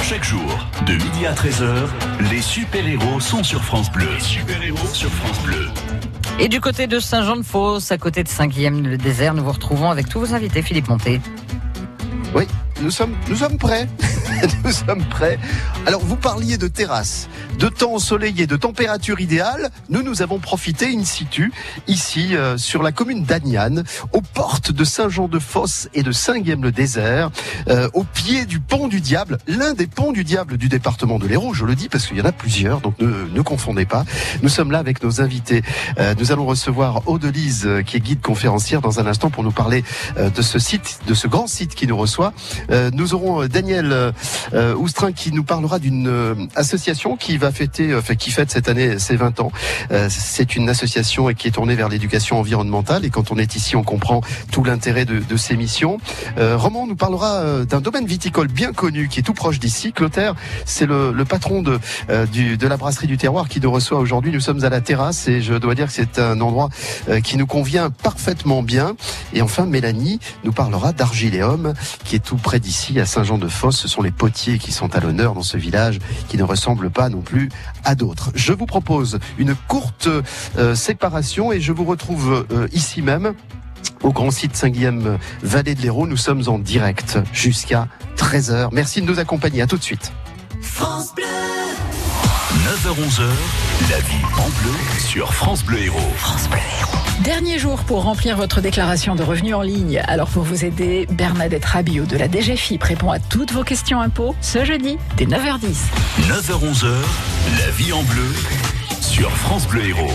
Chaque jour, de midi à 13h, les super-héros sont sur France Bleu. Les super-héros sur France Bleu. Et du côté de Saint-Jean-de-Fosse, à côté de Saint-Guilhem-le-Désert, nous vous retrouvons avec tous vos invités. Philippe Montet. Oui, nous sommes prêts. Nous sommes prêts. Alors, vous parliez de terrasse, de temps ensoleillé, de température idéale. Nous avons profité in situ, ici, sur la commune d'Agnan, aux portes de Saint-Jean-de-Fosse et de Saint-Guilhem-le-Désert, au pied du pont du Diable, l'un des ponts du Diable du département de l'Hérault. Je le dis parce qu'il y en a plusieurs, donc ne confondez pas. Nous sommes là avec nos invités. Nous allons recevoir Aude-Lise, qui est guide conférencière, dans un instant pour nous parler de ce site, de ce grand site qui nous reçoit. Nous aurons Daniel Oustrin qui nous parlera d'une association qui fête cette année ses 20 ans. C'est une association qui est tournée vers l'éducation environnementale, et quand on est ici, on comprend tout l'intérêt de ces missions. Roman nous parlera d'un domaine viticole bien connu qui est tout proche d'ici. Clotaire, c'est le patron de la brasserie du terroir qui nous reçoit aujourd'hui. Nous sommes à la terrasse et je dois dire que c'est un endroit qui nous convient parfaitement bien. Et enfin, Mélanie nous parlera d'Argiléum qui est tout près d'ici, à Saint-Jean-de-Fosse. Ce sont les potiers qui sont à l'honneur dans ce village qui ne ressemble pas non plus à d'autres. Je vous propose une courte séparation et je vous retrouve ici même au grand site Saint-Guilhem Vallée de l'Hérault. Nous sommes en direct jusqu'à 13h. Merci de nous accompagner. À tout de suite. France Bleu. 9h-11h, la vie en bleu sur France Bleu Hérault. France Bleu Hérault. Dernier jour pour remplir votre déclaration de revenus en ligne. Alors pour vous aider, Bernadette Rabiot de la DGFiP répond à toutes vos questions impôts ce jeudi dès 9h10. 9h-11h, la vie en bleu sur France Bleu Hérault.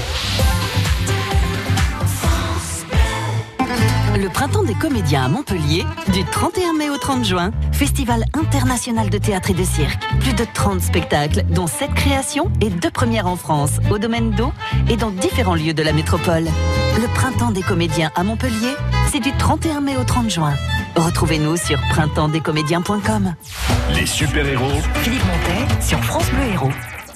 Le Printemps des comédiens à Montpellier, du 31 mai au 30 juin, Festival international de théâtre et de cirque. Plus de 30 spectacles, dont 7 créations et 2 premières en France, au domaine d'eau et dans différents lieux de la métropole. Le Printemps des comédiens à Montpellier, c'est du 31 mai au 30 juin. Retrouvez-nous sur printemps-des-comédiens.com. Les super-héros. Philippe Montet sur France Bleu Hérault.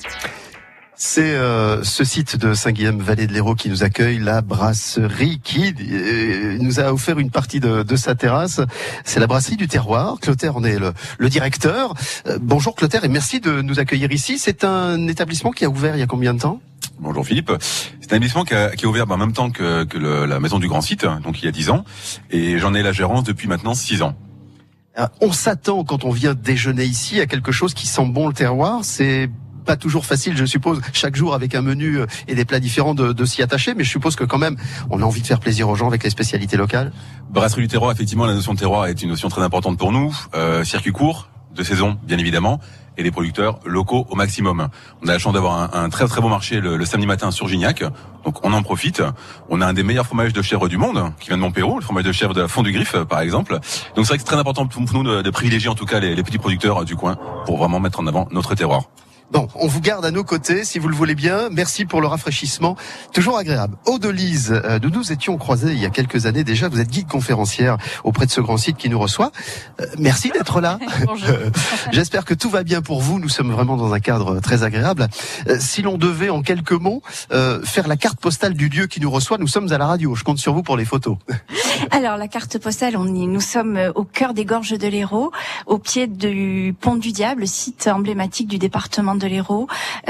C'est ce site de Saint-Guilhem Vallée de l'Hérault qui nous accueille, la brasserie qui nous a offert une partie de sa terrasse. C'est la brasserie du terroir. Clotaire en est le directeur. Bonjour Clotaire et merci de nous accueillir ici. C'est un établissement qui a ouvert il y a combien de temps ? Bonjour Philippe. C'est un établissement qui a ouvert en même temps que la maison du grand site, donc il y a 10 ans. Et j'en ai la gérance depuis maintenant 6 ans. On s'attend quand on vient déjeuner ici à quelque chose qui sent bon le terroir. C'est pas toujours facile, je suppose, chaque jour avec un menu et des plats différents de s'y attacher, mais je suppose que quand même, on a envie de faire plaisir aux gens avec les spécialités locales. Brasserie du terroir, effectivement, la notion de terroir est une notion très importante pour nous. Circuit court, de saison, bien évidemment, et les producteurs locaux au maximum. On a la chance d'avoir un très très bon marché le samedi matin sur Gignac, donc on en profite. On a un des meilleurs fromages de chèvre du monde, qui vient de Montpellier, le fromage de chèvre de la Fond du Griffe, par exemple. Donc c'est vrai que c'est très important pour nous de privilégier en tout cas les petits producteurs du coin pour vraiment mettre en avant notre terroir. Bon, on vous garde à nos côtés, si vous le voulez bien. Merci pour le rafraîchissement, toujours agréable. Aude-Lise, nous étions croisés il y a quelques années déjà. Vous êtes guide conférencière auprès de ce grand site qui nous reçoit. Merci d'être là. Bonjour. J'espère que tout va bien pour vous. Nous sommes vraiment dans un cadre très agréable. Si l'on devait, en quelques mots, faire la carte postale du lieu qui nous reçoit, nous sommes à la radio. Je compte sur vous pour les photos. Alors, la carte postale, nous sommes au cœur des gorges de l'Hérault, au pied du pont du Diable, site emblématique du département de l'Hérault,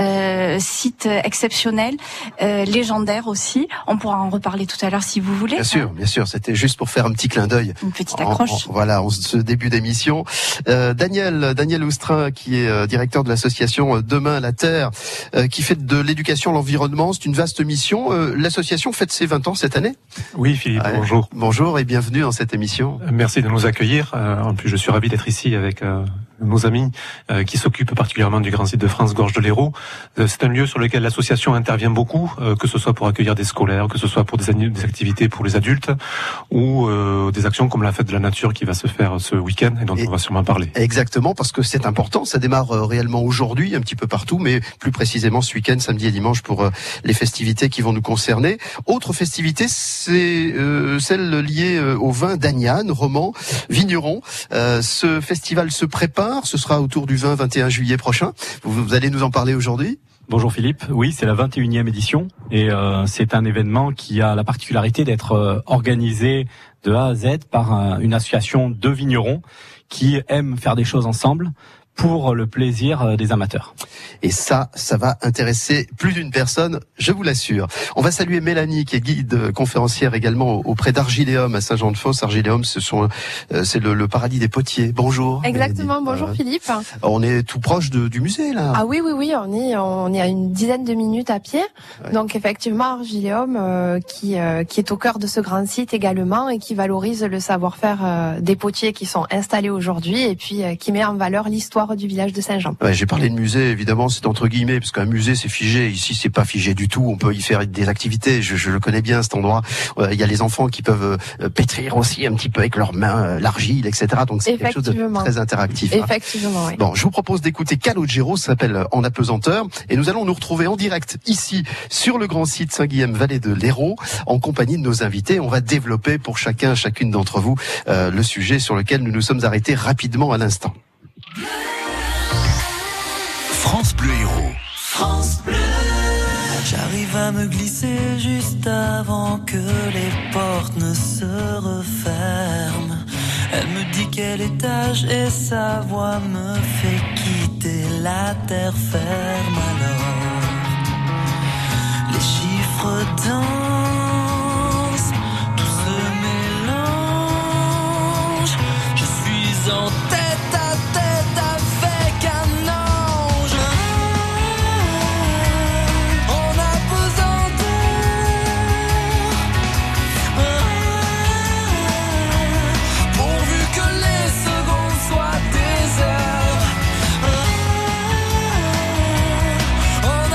site exceptionnel, légendaire aussi. On pourra en reparler tout à l'heure si vous voulez. Bien sûr. C'était juste pour faire un petit clin d'œil. Une petite accroche. En ce début d'émission. Daniel Oustrin, qui est directeur de l'association Demain la Terre, qui fait de l'éducation à l'environnement. C'est une vaste mission. L'association fête ses 20 ans cette année. Oui, Philippe, bonjour. Bonjour et bienvenue dans cette émission. Merci de nous accueillir. En plus, je suis ravi d'être ici avec nos amis qui s'occupent particulièrement du grand site de France, Gorge de l'Hérault. C'est un lieu sur lequel l'association intervient beaucoup, que ce soit pour accueillir des scolaires, que ce soit pour des activités pour les adultes, ou des actions comme la fête de la nature qui va se faire ce week-end et dont on va sûrement parler. Exactement, parce que c'est important. Ça démarre réellement aujourd'hui, un petit peu partout, mais plus précisément ce week-end, samedi et dimanche, pour les festivités qui vont nous concerner. Autre festivité, c'est celle liée au vin d'Agnan, roman, vigneron. Ce festival se prépare. Ce sera autour du 20-21 juillet prochain. Vous allez nous en parler aujourd'hui ? Bonjour Philippe, oui c'est la 21e édition et c'est un événement qui a la particularité d'être organisé de A à Z par une association de vignerons qui aiment faire des choses ensemble, pour le plaisir des amateurs. Et ça va intéresser plus d'une personne, je vous l'assure. On va saluer Mélanie, qui est guide conférencière également auprès d'Argiléum à Saint-Jean-de-Fosse. Argiléum, c'est le paradis des potiers. Bonjour. Exactement, Mélanie. bonjour Philippe. On est tout proche du musée, là. Ah oui, on est à une dizaine de minutes à pied. Ouais. Donc effectivement, Argiléum, qui est au cœur de ce grand site également et qui valorise le savoir-faire des potiers qui sont installés aujourd'hui et puis qui met en valeur l'histoire du village de Saint-Jean. Ouais, j'ai parlé de musée, évidemment, c'est entre guillemets, parce qu'un musée c'est figé. Ici, c'est pas figé du tout. On peut y faire des activités. Je le connais bien, cet endroit. Il y a les enfants qui peuvent pétrir aussi un petit peu avec leurs mains l'argile, etc. Donc c'est quelque chose de très interactif. Effectivement, oui. Bon, je vous propose d'écouter Calogero, ça s'appelle En apesanteur, et nous allons nous retrouver en direct ici sur le grand site Saint-Guillem Vallée de l'Hérault, en compagnie de nos invités. On va développer pour chacune d'entre vous le sujet sur lequel nous nous sommes arrêtés rapidement à l'instant. France Bleu Hérault. France Bleu. J'arrive à me glisser juste avant que les portes ne se referment. Elle me dit quel étage et sa voix me fait quitter la terre ferme. Alors, les chiffres dansent, tout se mélange. Je suis en tête à tête avec un ange. En apesanteur, pourvu que les secondes soient des heures. En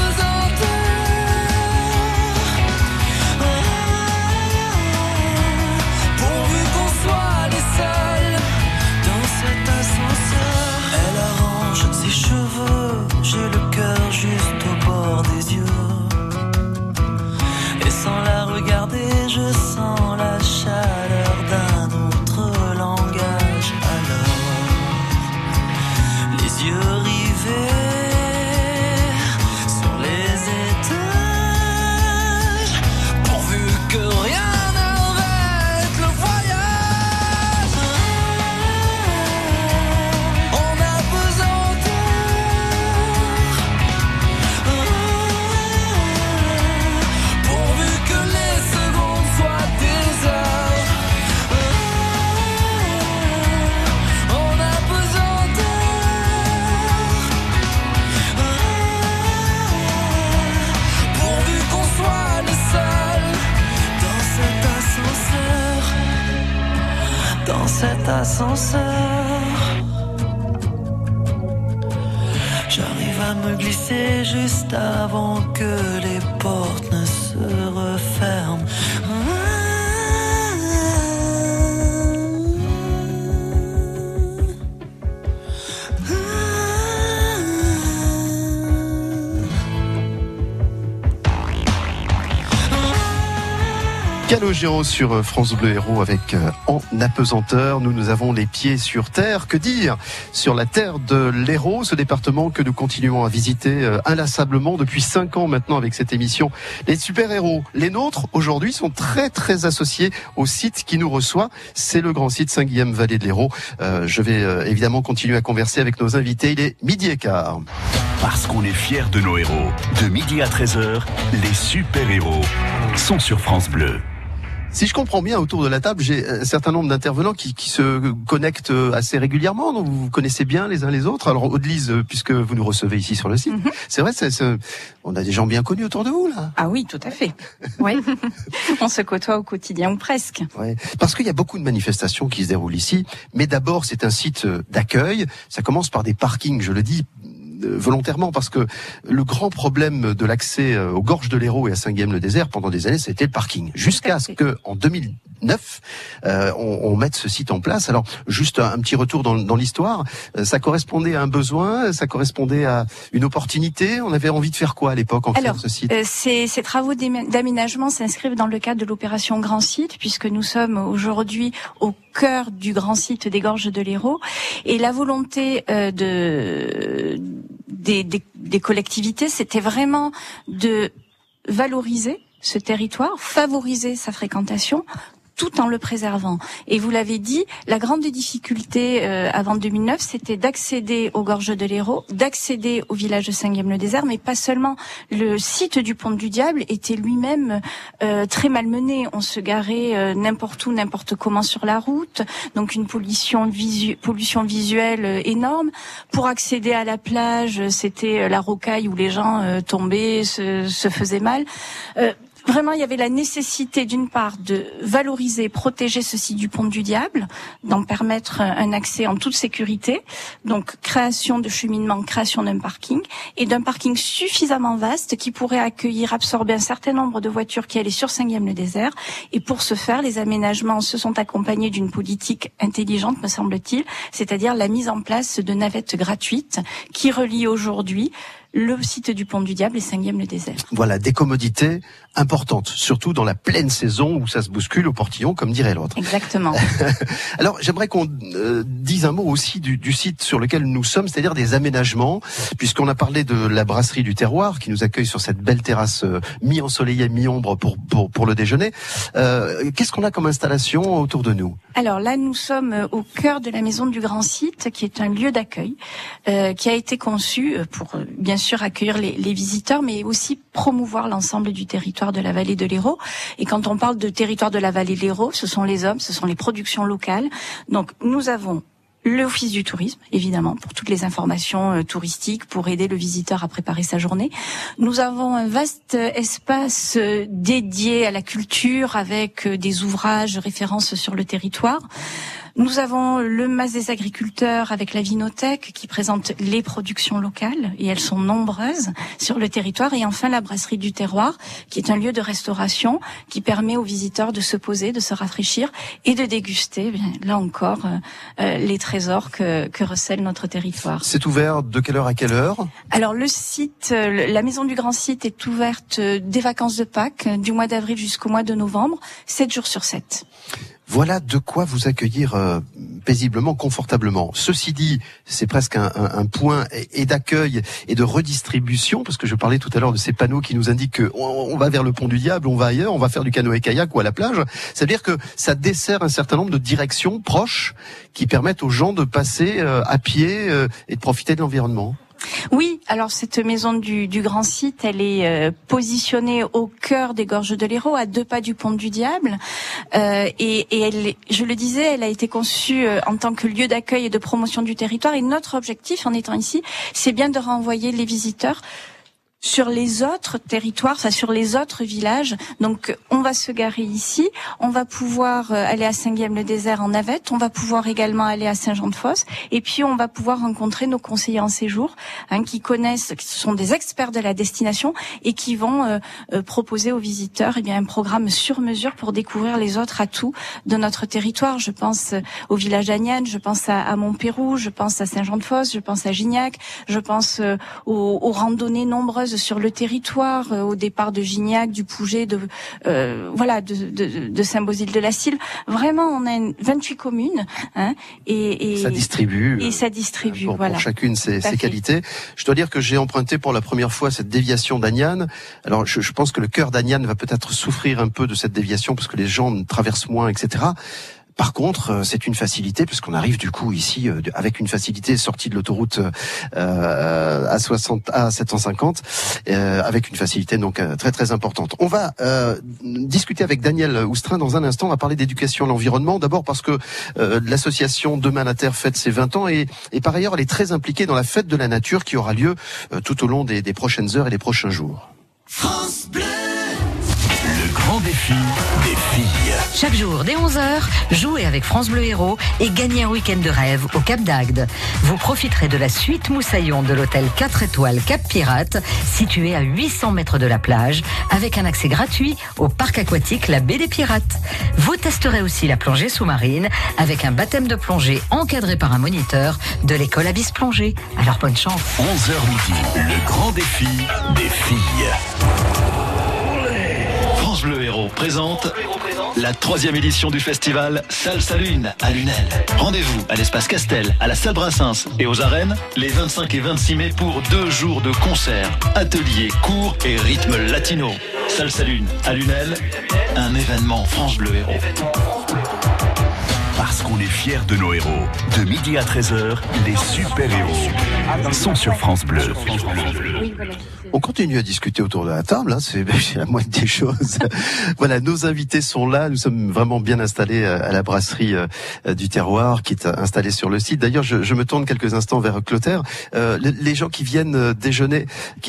apesanteur, pourvu qu'on soit les seuls dans cet ascenseur. Elle arrange ses cheveux, j'ai le cœur juste au bord des yeux. Et sans la regarder, je sens la chaleur d'un autre langage. Alors, les yeux rivés sur les étages, pourvu que rien n'arrête le voyage. On a pesanteur, pourvu que les secondes soient des heures. On a pesanteur, pourvu qu'on soit les seuls dans cet ascenseur. Dans cet ascenseur, j'arrive à me glisser juste avant que les portes ne se referment. Calogero sur France Bleu Hérault avec En apesanteur. Nous avons les pieds sur terre. Que dire sur la terre de l'Hérault, ce département que nous continuons à visiter inlassablement depuis 5 ans maintenant avec cette émission. Les super-héros, les nôtres, aujourd'hui sont très très associés au site qui nous reçoit. C'est le grand site Saint-Guillem Vallée de l'Hérault. Je vais évidemment continuer à converser avec nos invités. Il est 12h15. Parce qu'on est fiers de nos héros. De midi à 13h, les super-héros sont sur France Bleu. Si je comprends bien, autour de la table, j'ai un certain nombre d'intervenants qui se connectent assez régulièrement, donc vous vous connaissez bien les uns les autres. Alors, Audelise, puisque vous nous recevez ici sur le site, c'est vrai, on a des gens bien connus autour de vous, là. Ah oui, tout à fait. Oui. On se côtoie au quotidien, ou presque. Ouais. Parce qu'il y a beaucoup de manifestations qui se déroulent ici, mais d'abord, c'est un site d'accueil. Ça commence par des parkings, je le dis volontairement, parce que le grand problème de l'accès aux gorges de l'Hérault et à Saint-Guillem-le-Désert pendant des années, c'était le parking. Jusqu'à ce que, en 2009, on mette ce site en place. Alors, juste un petit retour dans l'histoire. Ça correspondait à un besoin, ça correspondait à une opportunité. On avait envie de faire quoi à l'époque en faisant ce site? Ces travaux d'aménagement s'inscrivent dans le cadre de l'opération Grand Site, puisque nous sommes aujourd'hui au cœur du grand site des gorges de l'Hérault, et la volonté des collectivités, c'était vraiment de valoriser ce territoire, favoriser sa fréquentation, tout en le préservant. Et vous l'avez dit, la grande difficulté avant 2009, c'était d'accéder aux gorges de l'Hérault, d'accéder au village de Saint-Guilhem-le-Désert, mais pas seulement. Le site du Pont du Diable était lui-même très malmené. On se garait n'importe où, n'importe comment sur la route, donc une pollution visuelle énorme. Pour accéder à la plage, c'était la rocaille où les gens tombaient, se faisaient mal. Vraiment, il y avait la nécessité, d'une part, de valoriser, protéger ce site du Pont du Diable, d'en permettre un accès en toute sécurité, donc création de cheminement, création d'un parking, et d'un parking suffisamment vaste qui pourrait accueillir, absorber un certain nombre de voitures qui allaient sur Saint-Guilhem-le-Désert. Et pour ce faire, les aménagements se sont accompagnés d'une politique intelligente, me semble-t-il, c'est-à-dire la mise en place de navettes gratuites qui relient aujourd'hui le site du Pont du Diable et Saint-Guilhem-le-Désert. Voilà, des commodités importantes, surtout dans la pleine saison où ça se bouscule au portillon, comme dirait l'autre. Exactement. Alors, j'aimerais qu'on dise un mot aussi du site sur lequel nous sommes, c'est-à-dire des aménagements, puisqu'on a parlé de la brasserie du terroir qui nous accueille sur cette belle terrasse mi-ensoleillée, mi-ombre pour le déjeuner. Qu'est-ce qu'on a comme installation autour de nous? Alors là, nous sommes au cœur de la maison du Grand Site, qui est un lieu d'accueil, qui a été conçu pour, bien sûr, accueillir les visiteurs, mais aussi promouvoir l'ensemble du territoire de la vallée de l'Hérault. Et quand on parle de territoire de la vallée de l'Hérault, ce sont les hommes, ce sont les productions locales. Donc nous avons l'Office du tourisme, évidemment, pour toutes les informations touristiques, pour aider le visiteur à préparer sa journée. Nous avons un vaste espace dédié à la culture avec des ouvrages références sur le territoire. Nous avons le Mas des agriculteurs avec la Vinothèque qui présente les productions locales, et elles sont nombreuses sur le territoire. Et enfin la brasserie du terroir, qui est un lieu de restauration qui permet aux visiteurs de se poser, de se rafraîchir et de déguster, là encore, les trésors que recèle notre territoire. C'est ouvert de quelle heure à quelle heure? Alors le site, la maison du Grand Site est ouverte des vacances de Pâques, du mois d'avril jusqu'au mois de novembre, 7 jours sur 7. Voilà de quoi vous accueillir paisiblement, confortablement. Ceci dit, c'est presque un point et d'accueil et de redistribution, parce que je parlais tout à l'heure de ces panneaux qui nous indiquent qu'on va vers le Pont du Diable, on va ailleurs, on va faire du canoë-kayak ou à la plage. Ça veut dire que ça dessert un certain nombre de directions proches qui permettent aux gens de passer à pied et de profiter de l'environnement. Oui, alors cette maison du Grand Site, elle est positionnée au cœur des gorges de l'Hérault, à 2 pas du Pont du Diable, et elle, je le disais, elle a été conçue en tant que lieu d'accueil et de promotion du territoire. Et notre objectif, en étant ici, c'est bien de renvoyer les visiteurs sur les autres territoires, sur les autres villages. Donc on va se garer ici, on va pouvoir aller à Saint-Guilhem-le-Désert en navette, on va pouvoir également aller à Saint-Jean-de-Fosse, et puis on va pouvoir rencontrer nos conseillers en séjour, qui sont des experts de la destination et qui vont proposer aux visiteurs un programme sur mesure pour découvrir les autres atouts de notre territoire. Je pense au village d'Agnanes, je pense à Montpérou, je pense à Saint-Jean-de-Fosse, je pense à Gignac, je pense aux randonnées nombreuses sur le territoire, au départ de Gignac, du Pouget, de Saint-Bosile-de-la-Cille. Vraiment, on a 28 communes, et ça distribue. Et ça distribue, pour chacune ses qualités. Je dois dire que j'ai emprunté pour la première fois cette déviation d'Agnanes. Alors, je pense que le cœur d'Agnanes va peut-être souffrir un peu de cette déviation parce que les gens traversent moins, etc. Par contre, c'est une facilité puisqu'on arrive du coup ici avec une facilité sortie de l'autoroute à 750 avec une facilité donc très très importante. On va discuter avec Daniel Oustrin dans un instant. On va parler d'éducation à l'environnement. D'abord parce que l'association Demain la Terre fête ses 20 ans et par ailleurs elle est très impliquée dans la fête de la nature qui aura lieu tout au long des prochaines heures et des prochains jours. France Bleu, le grand défi des filles. Chaque jour, dès 11h, jouez avec France Bleu Hérault et gagnez un week-end de rêve au Cap d'Agde. Vous profiterez de la suite Moussaillon de l'hôtel 4 étoiles Cap Pirate, situé à 800 mètres de la plage, avec un accès gratuit au parc aquatique La Baie des Pirates. Vous testerez aussi la plongée sous-marine, avec un baptême de plongée encadré par un moniteur de l'école Abyss Plongée. Alors bonne chance. 11h midi, le grand défi des filles. France Bleu Hérault présente la 3e édition du festival Salsa Lune à Lunel. Rendez-vous à l'espace Castel, à la salle Brassens et aux arènes les 25 et 26 mai pour 2 jours de concerts, ateliers, cours et rythmes latino. Salsa Lune à Lunel, un événement France Bleu Héros. Parce qu'on est fiers de nos héros. De midi à 13h, les super-héros sont sur France Bleu. On continue à discuter autour de la table, hein, c'est la moindre des choses. Voilà, nos invités sont là, nous sommes vraiment bien installés à la brasserie du terroir qui est installée sur le site. D'ailleurs, je me tourne quelques instants vers Clotaire. Les gens qui viennent déjeuner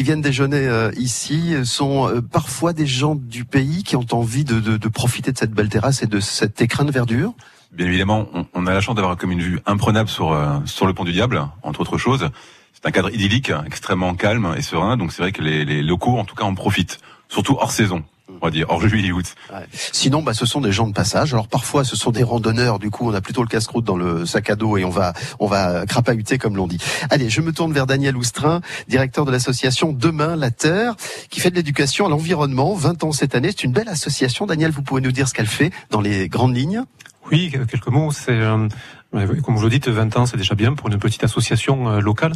ici sont parfois des gens du pays qui ont envie de profiter de cette belle terrasse et de cet écrin de verdure. Bien évidemment, on a la chance d'avoir comme une vue imprenable sur le pont du Diable, entre autres choses. C'est un cadre idyllique, extrêmement calme et serein, donc c'est vrai que les locaux, en tout cas, en profitent, surtout hors saison. On va dire hors juillet et août. Ouais. Sinon, ce sont des gens de passage. Alors parfois, ce sont des randonneurs. Du coup, on a plutôt le casse-croûte dans le sac à dos et on va crapahuter comme l'on dit. Allez, je me tourne vers Daniel Oustrin, directeur de l'association Demain la Terre, qui fait de l'éducation à l'environnement. 20 ans cette année. C'est une belle association. Daniel, vous pouvez nous dire ce qu'elle fait dans les grandes lignes? Oui, quelques mots. C'est comme vous le dites, 20 ans, c'est déjà bien pour une petite association locale.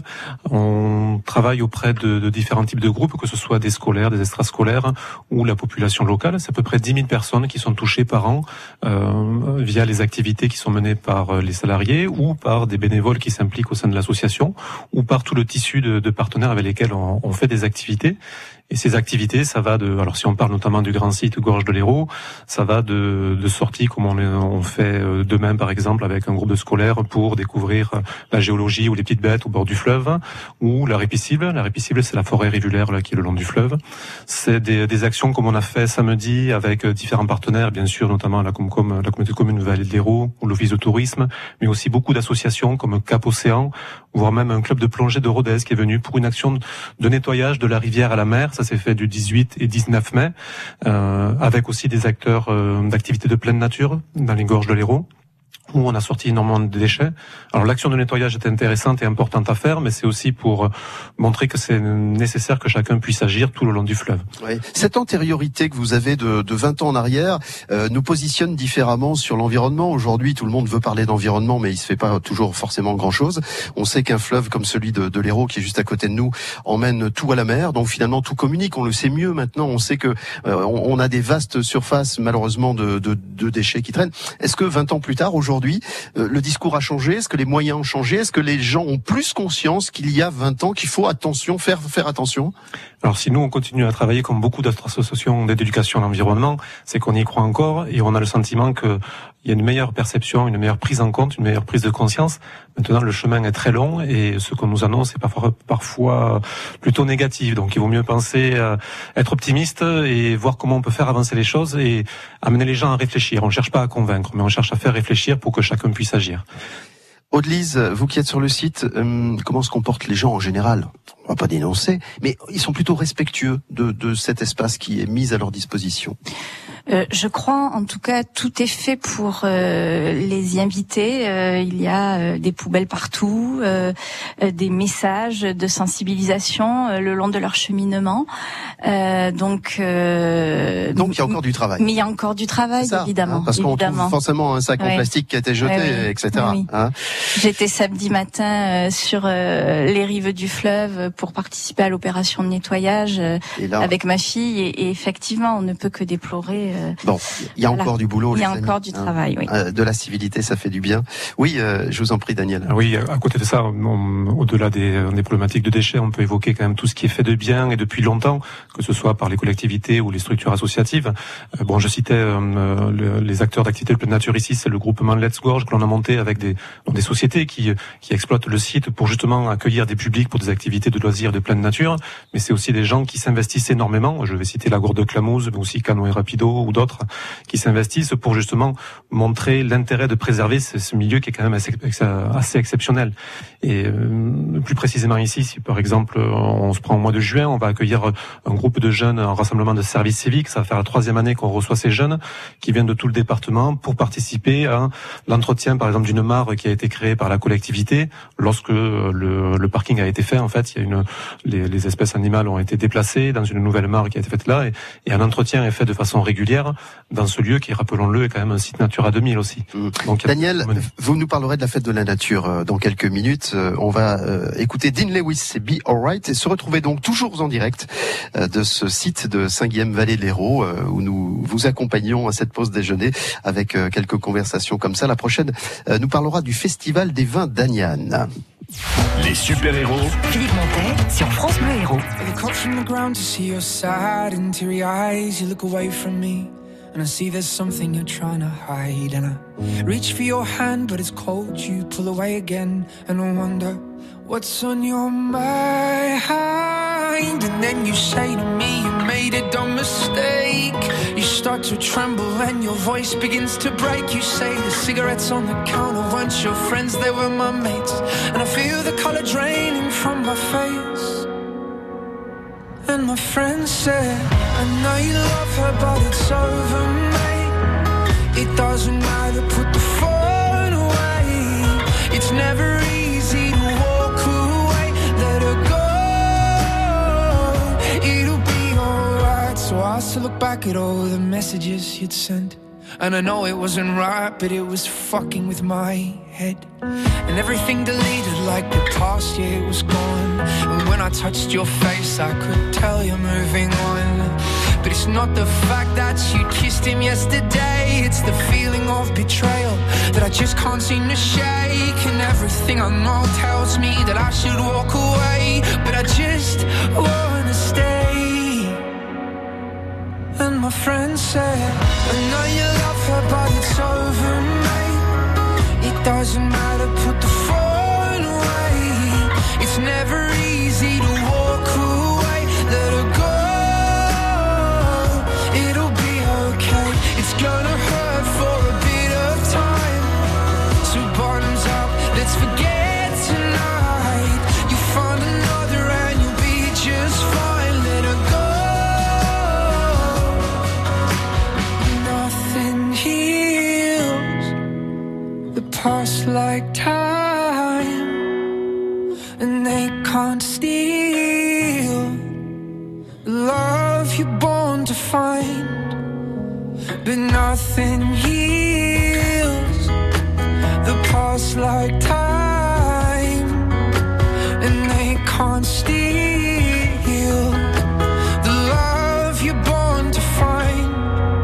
On travaille auprès de différents types de groupes, que ce soit des scolaires, des extrascolaires ou la population locale. C'est à peu près 10 000 personnes qui sont touchées par an via les activités qui sont menées par les salariés ou par des bénévoles qui s'impliquent au sein de l'association ou par tout le tissu de partenaires avec lesquels on fait des activités. Et ces activités, ça va alors si on parle notamment du grand site Gorge de l'Hérault, ça va de sorties comme on fait demain par exemple avec un groupe de scolaires pour découvrir la géologie ou les petites bêtes au bord du fleuve, ou la Répicible. La Répicible, c'est la forêt rivulaire là qui est le long du fleuve. C'est des actions comme on a fait samedi avec différents partenaires, bien sûr, notamment la Comcom, la communauté commune Vallée de l'Hérault ou l'Office de tourisme, mais aussi beaucoup d'associations comme Cap Océan, voire même un club de plongée de Rodez qui est venu pour une action de nettoyage de la rivière à la mer. Ça s'est fait du 18 et 19 mai, avec aussi des acteurs d'activités de pleine nature dans les gorges de l'Hérault, où on a sorti énormément de déchets. Alors l'action de nettoyage est intéressante et importante à faire, mais c'est aussi pour montrer que c'est nécessaire que chacun puisse agir tout le long du fleuve. Oui. Cette antériorité que vous avez de 20 ans en arrière nous positionne différemment sur l'environnement. Aujourd'hui, tout le monde veut parler d'environnement, mais il se fait pas toujours forcément grand-chose. On sait qu'un fleuve comme celui de l'Hérault, qui est juste à côté de nous, emmène tout à la mer. Donc finalement, tout communique. On le sait mieux maintenant. On sait que on a des vastes surfaces, malheureusement, de déchets qui traînent. Est-ce que 20 ans plus tard, aujourd'hui, le discours a changé? Est-ce que les moyens ont changé? Est-ce que les gens ont plus conscience qu'il y a 20 ans qu'il faut faire attention? Alors si nous on continue à travailler comme beaucoup d'autres associations d'éducation à l'environnement, c'est qu'on y croit encore et on a le sentiment qu'il y a une meilleure perception, une meilleure prise en compte, une meilleure prise de conscience. Maintenant le chemin est très long et ce qu'on nous annonce est parfois plutôt négatif. Donc il vaut mieux penser être optimiste et voir comment on peut faire avancer les choses et amener les gens à réfléchir. On ne cherche pas à convaincre, mais on cherche à faire réfléchir pour que chacun puisse agir. Aude-Lise, vous qui êtes sur le site, comment se comportent les gens en général? On va pas dénoncer, mais ils sont plutôt respectueux de cet espace qui est mis à leur disposition. Je crois, en tout cas, tout est fait pour les y inviter. Il y a des poubelles partout, des messages de sensibilisation le long de leur cheminement. Donc il y a encore du travail. Mais il y a encore du travail, ça, évidemment. Hein, parce qu'on trouve forcément un sac en plastique qui a été jeté, etc. Oui. Hein. J'étais samedi matin sur les rives du fleuve pour participer à l'opération de nettoyage avec ma fille et effectivement, on ne peut que déplorer. Bon, il y a encore du boulot. Il y a encore du travail, oui. De la civilité, ça fait du bien. Oui, je vous en prie, Daniel. Oui, à côté de ça, au-delà des problématiques de déchets, on peut évoquer quand même tout ce qui est fait de bien et depuis longtemps, que ce soit par les collectivités ou les structures associatives. Bon, je citais les acteurs d'activités de pleine nature ici, c'est le groupement Let's Gorge que l'on a monté avec des sociétés qui exploitent le site pour justement accueillir des publics pour des activités de loisirs de pleine nature. Mais c'est aussi des gens qui s'investissent énormément. Je vais citer la Gourde de Clamouze, mais aussi Canoë Rapido ou d'autres qui s'investissent pour justement montrer l'intérêt de préserver ce milieu qui est quand même assez exceptionnel. Et plus précisément ici, si par exemple on se prend au mois de juin, on va accueillir un groupe de jeunes, un rassemblement de services civiques. Ça va faire la 3e année qu'on reçoit ces jeunes qui viennent de tout le département pour participer à l'entretien, par exemple, d'une mare qui a été créée par la collectivité. Lorsque le parking a été fait, en fait, les espèces animales ont été déplacées dans une nouvelle mare qui a été faite là et un entretien est fait de façon régulière dans ce lieu qui, rappelons-le, est quand même un site Natura 2000 aussi. Donc, Daniel, vous nous parlerez de la fête de la nature dans quelques minutes. On va écouter Dean Lewis, c'est Be Alright, et se retrouver donc toujours en direct de ce site de Saint-Guillaume-Vallée de l'Hérault, où nous vous accompagnons à cette pause déjeuner avec quelques conversations comme ça. La prochaine nous parlera du Festival des vins d'Aniane. Les super-héros. Philippe Montet sur France Bleu Hérault. And I see there's something you're trying to hide. And I reach for your hand, but it's cold. You pull away again, and I wonder what's on your mind. And then you say to me, you made a dumb mistake. You start to tremble and your voice begins to break. You say the cigarettes on the counter weren't your friends, they were my mates. And I feel the color draining from my face. And my friend said, I know you love her, but it's over, mate. It doesn't matter, put the phone away. It's never easy to walk away. Let her go, it'll be alright. So I asked to look back at all the messages you'd sent. And I know it wasn't right, but it was fucking with my head. And everything deleted like the past year was gone. And when I touched your face, I could tell you're moving on. But it's not the fact that you kissed him yesterday. It's the feeling of betrayal that I just can't seem to shake. And everything I know tells me that I should walk away, but I just wanna stay. And my friend said, I know you love her, but it's over, mate. It doesn't matter, put the phone away. It's never easy to walk away. Let her go, it'll be okay. It's gonna hurt for a bit of time. So bottoms up, let's forget tonight. You find another and you'll be just fine. Let her go. Past like time, and they can't steal the love you're born to find. But nothing heals the past like time, and they can't steal the love you're born to find.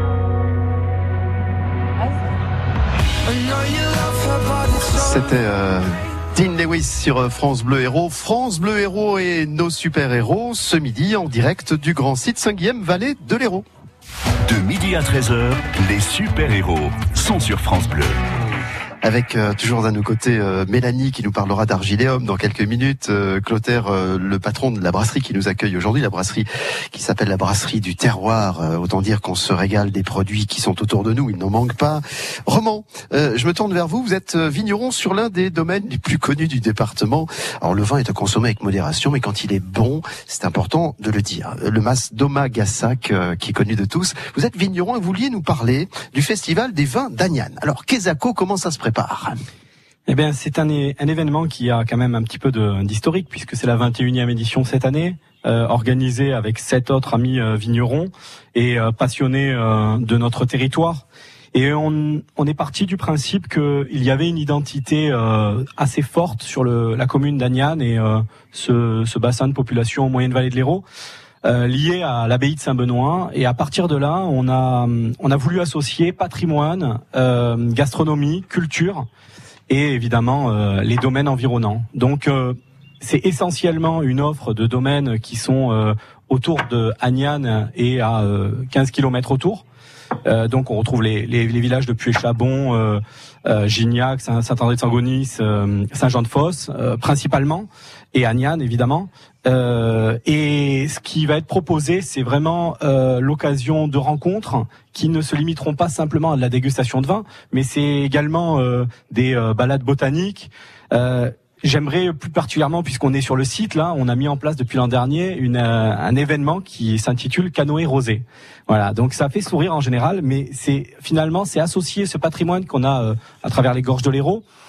I know you love. C'était Dean Lewis sur France Bleu Hérault. France Bleu Hérault et nos super-héros ce midi en direct du grand site Saint-Guillaume-Vallée de l'Hérault. De midi à 13h, les super-héros sont sur France Bleu. Avec toujours à nos côtés Mélanie qui nous parlera d'Argiléum dans quelques minutes, Clotaire, le patron de la brasserie qui nous accueille aujourd'hui, la brasserie qui s'appelle la brasserie du terroir, autant dire qu'on se régale des produits qui sont autour de nous, il n'en manque pas. Roman, je me tourne vers vous, vous êtes vigneron sur l'un des domaines les plus connus du département. Alors le vin est à consommer avec modération, mais quand il est bon, c'est important de le dire. Le Mas Doma Gassac, qui est connu de tous, vous êtes vigneron et vous vouliez nous parler du festival des vins d'Aniane. Alors Quesaco, comment ça se prépare ? Eh bien, c'est un événement qui a quand même un petit peu d'historique, puisque c'est la 21e édition cette année, organisée avec 7 autres amis vignerons et passionnés de notre territoire. Et on est parti du principe qu'il y avait une identité assez forte sur la commune d'Aniane et ce bassin de population Moyenne-Vallée de l'Hérault, lié à l'abbaye de Saint-Benoît. Et à partir de là, on a voulu associer patrimoine, gastronomie, culture et évidemment les domaines environnants. Donc c'est essentiellement une offre de domaines qui sont autour de Aniane et à 15 km autour. Donc on retrouve les villages de Puy-et-Chabon, Gignac, Saint-André-de-Sangonis, Saint-Jean-de-Fosse principalement, et Aniane évidemment. Et ce qui va être proposé, c'est vraiment l'occasion de rencontres qui ne se limiteront pas simplement à de la dégustation de vin, mais c'est également des balades botaniques. J'aimerais plus particulièrement, puisqu'on est sur le site là, on a mis en place depuis l'an dernier un événement qui s'intitule Canoë Rosé. Voilà, donc ça fait sourire en général, mais c'est associer ce patrimoine qu'on a à travers les gorges de l'Hérault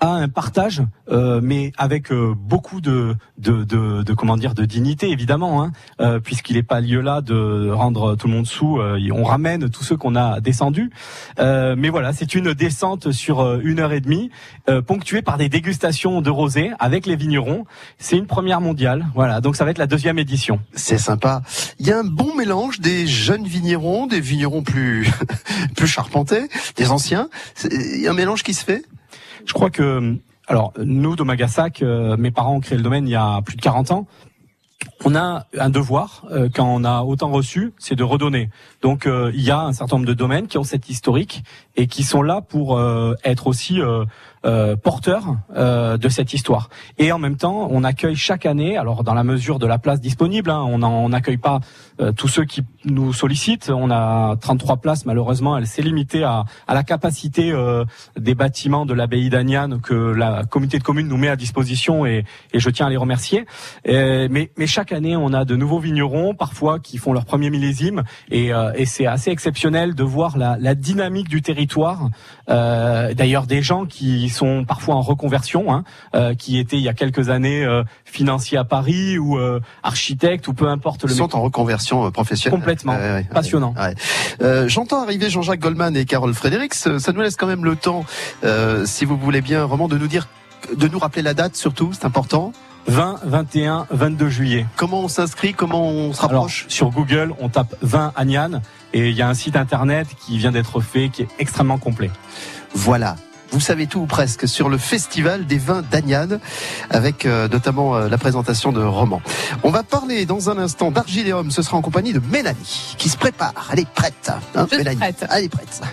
un partage, mais avec beaucoup de comment dire, de dignité évidemment, puisqu'il n'est pas lieu là de rendre tout le monde sous. On ramène tous ceux qu'on a descendus, mais voilà, c'est une descente sur 1h30, ponctuée par des dégustations de rosé avec les vignerons. C'est une première mondiale, voilà. Donc ça va être la 2e édition. C'est sympa. Il y a un bon mélange des jeunes vignerons, des vignerons plus plus charpentés, des anciens. Il y a un mélange qui se fait. Je crois que, alors, nous, d'Omagassac, mes parents ont créé le domaine il y a plus de 40 ans. On a un devoir, quand on a autant reçu, c'est de redonner. Donc, il y a un certain nombre de domaines qui ont cette historique et qui sont là pour être aussi porteurs de cette histoire. Et en même temps, on accueille chaque année, alors dans la mesure de la place disponible, on n'accueille pas tous ceux qui nous sollicitent. On a 33 places, malheureusement, elle s'est limitée à la capacité des bâtiments de l'abbaye d'Aniane que la communauté de communes nous met à disposition, et je tiens à les remercier. Mais chaque année, on a de nouveaux vignerons, parfois qui font leur premier millésime, et c'est assez exceptionnel de voir la dynamique du territoire. D'ailleurs, des gens qui sont parfois en reconversion, qui étaient il y a quelques années financiers à Paris ou architectes ou peu importe. Ils sont en reconversion professionnelle. Complètement, passionnant. J'entends arriver Jean-Jacques Goldman et Carole Fredericks. Ça nous laisse quand même le temps, si vous voulez bien, vraiment de nous rappeler la date surtout, c'est important. 20, 21, 22 juillet. Comment on s'inscrit, comment on se rapproche? Alors, sur Google, on tape 20 Aniane et il y a un site internet qui vient d'être fait, qui est extrêmement complet. Voilà. Vous savez tout ou presque sur le festival des vins d'Aniane, avec notamment la présentation de romans. On va parler dans un instant d'Argiléum. Ce sera en compagnie de Mélanie, qui se prépare. Elle est prête. Je suis Mélanie, prête. elle est prête.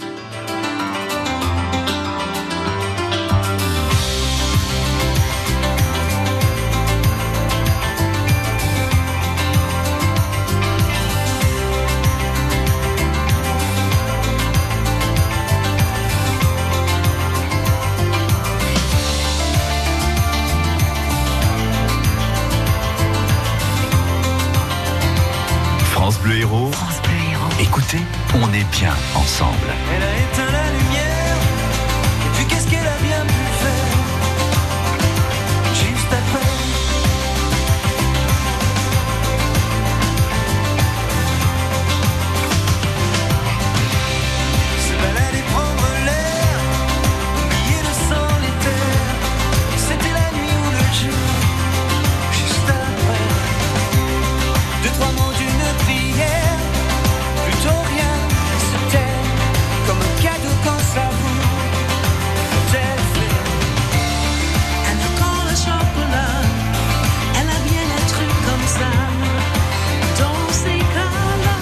France Bleu Héros. Écoutez, on est bien ensemble. Elle a éteint la lumière, et puis qu'est-ce qu'elle a bien pu faire juste après? Se balader, prendre l'air, oublier le solitaire. C'était la nuit ou le jour, juste après. 2-3 mots d'une prière, plutôt rien, se taire, comme un cadeau quand ça vous tel fait. Elle adore le chocolat, elle a bien un truc comme ça, dans ces cas-là.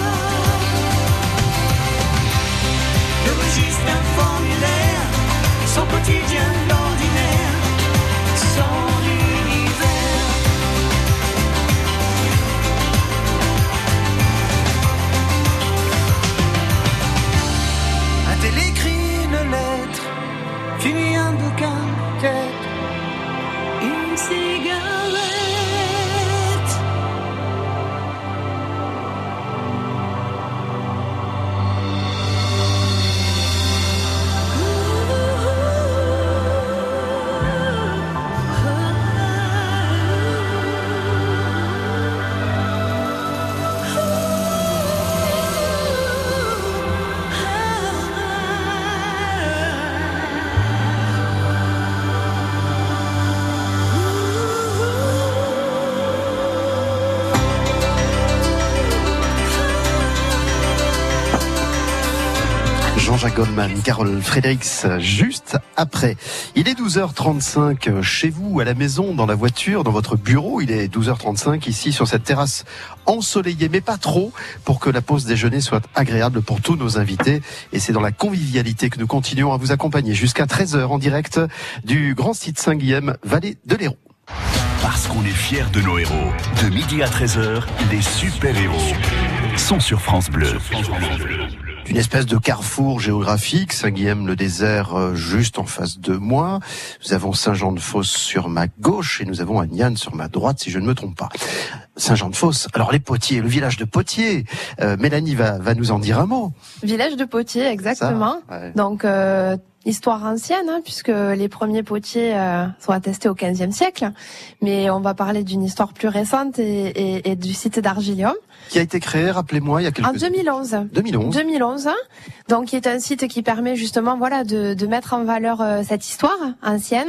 Le registre d'un formulaire, son quotidien d'ordinaire, son univers. A-t-elle écrit une lettre, fini un bouquin, peut-être une cigarette? Jean-Jacques Goldman, Carole Fredericks, juste après. Il est 12h35 chez vous, à la maison, dans la voiture, dans votre bureau. Il est 12h35 ici sur cette terrasse ensoleillée, mais pas trop, pour que la pause déjeuner soit agréable pour tous nos invités. Et c'est dans la convivialité que nous continuons à vous accompagner jusqu'à 13h en direct du grand site Saint-Guilhem, vallée de l'Hérault. Parce qu'on est fiers de nos héros. De midi à 13h, les super-héros sont sur France Bleu. Une espèce de carrefour géographique, Saint-Guilhem-le-Désert juste en face de moi. Nous avons Saint-Jean-de-Fosse sur ma gauche et nous avons Aniane sur ma droite, si je ne me trompe pas. Saint-Jean-de-Fosse, alors les Potiers, le village de Potiers. Mélanie va nous en dire un mot. Village de Potiers, exactement. Ça, ouais. Donc histoire ancienne, puisque les premiers potiers sont attestés au XVe siècle. Mais on va parler d'une histoire plus récente et du site d'Argiléum. Qui a été créé, rappelez-moi, il y a quelques En 2011. 2011. Donc, qui est un site qui permet justement, de mettre en valeur cette histoire ancienne,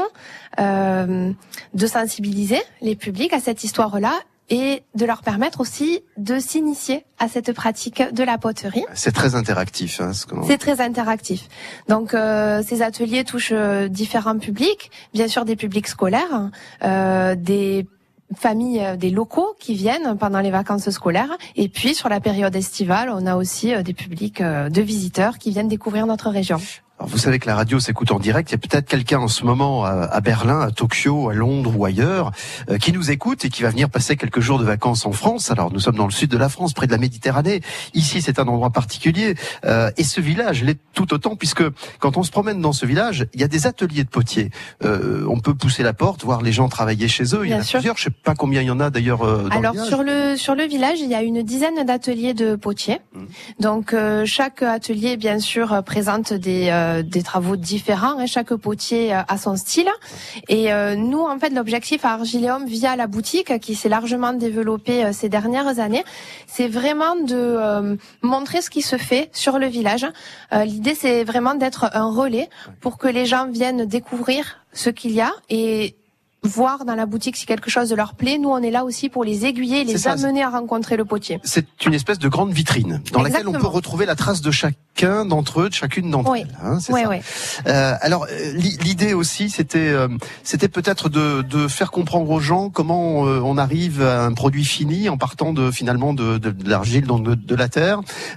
de sensibiliser les publics à cette histoire-là, et de leur permettre aussi de s'initier à cette pratique de la poterie. C'est très interactif. C'est très interactif. Donc ces ateliers touchent différents publics, bien sûr des publics scolaires, des familles, des locaux qui viennent pendant les vacances scolaires, et puis sur la période estivale, on a aussi des publics de visiteurs qui viennent découvrir notre région. Alors vous savez que la radio s'écoute en direct. Il y a peut-être quelqu'un en ce moment à Berlin, à Tokyo, à Londres ou ailleurs qui nous écoute et qui va venir passer quelques jours de vacances en France. Alors nous sommes dans le sud de la France, près de la Méditerranée. Ici, c'est un endroit particulier. Et ce village l'est tout autant, puisque quand on se promène dans ce village, il y a des ateliers de potiers. On peut pousser la porte, voir les gens travailler chez eux. Il y en a plusieurs. Je sais pas combien il y en a d'ailleurs dans Alors, le village. sur le village, il y a une dizaine d'ateliers de potiers. Donc chaque atelier, bien sûr, présente des travaux différents. Chaque potier a son style. Et nous, en fait, l'objectif à Argiléum, via la boutique, qui s'est largement développée ces dernières années, c'est vraiment de montrer ce qui se fait sur le village. L'idée, c'est vraiment d'être un relais pour que les gens viennent découvrir ce qu'il y a et voir dans la boutique si quelque chose leur plaît. Nous, on est là aussi pour les aiguiller, les amener à rencontrer le potier. C'est une espèce de grande vitrine dans laquelle on peut retrouver la trace de chacun d'entre eux, de chacune d'entre elles. C'est ça. Alors, l'idée aussi, c'était peut-être de faire comprendre aux gens comment on arrive à un produit fini en partant finalement de l'argile, donc de la terre.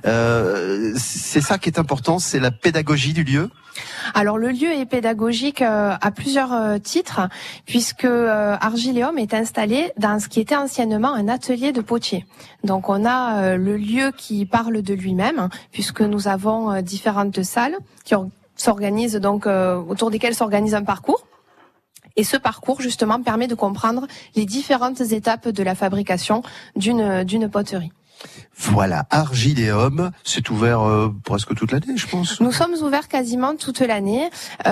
C'est ça qui est important, c'est la pédagogie du lieu. Alors le lieu est pédagogique à plusieurs titres, puisque Argiléum est installé dans ce qui était anciennement un atelier de potier. Donc on a le lieu qui parle de lui-même, puisque nous avons différentes salles qui s'organisent donc autour desquelles s'organise un parcours. Et ce parcours, justement, permet de comprendre les différentes étapes de la fabrication d'une poterie. Voilà, Argiléum, c'est ouvert presque toute l'année, je pense. Nous sommes ouverts quasiment toute l'année.